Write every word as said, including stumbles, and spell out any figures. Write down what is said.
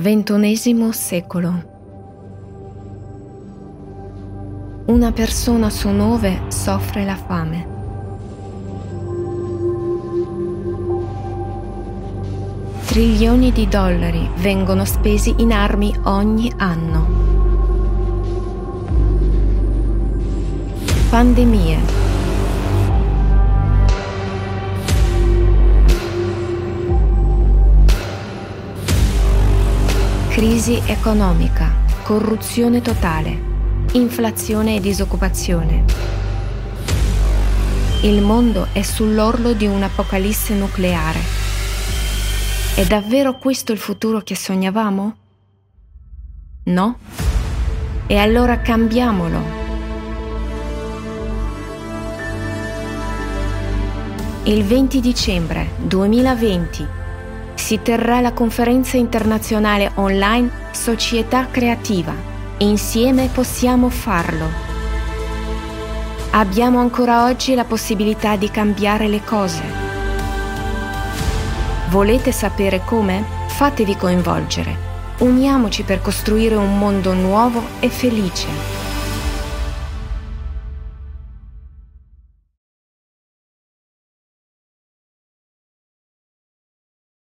ventunesimo secolo. Una persona su nove soffre la fame. Trilioni di dollari vengono spesi in armi ogni anno. Pandemie. Crisi economica, corruzione totale, inflazione e disoccupazione. Il mondo è sull'orlo di un'apocalisse nucleare. È davvero questo il futuro che sognavamo? No? E allora cambiamolo. Il venti dicembre duemilaventi si terrà la conferenza internazionale online Società Creativa. Insieme possiamo farlo. Abbiamo ancora oggi la possibilità di cambiare le cose. Volete sapere come? Fatevi coinvolgere. Uniamoci per costruire un mondo nuovo e felice.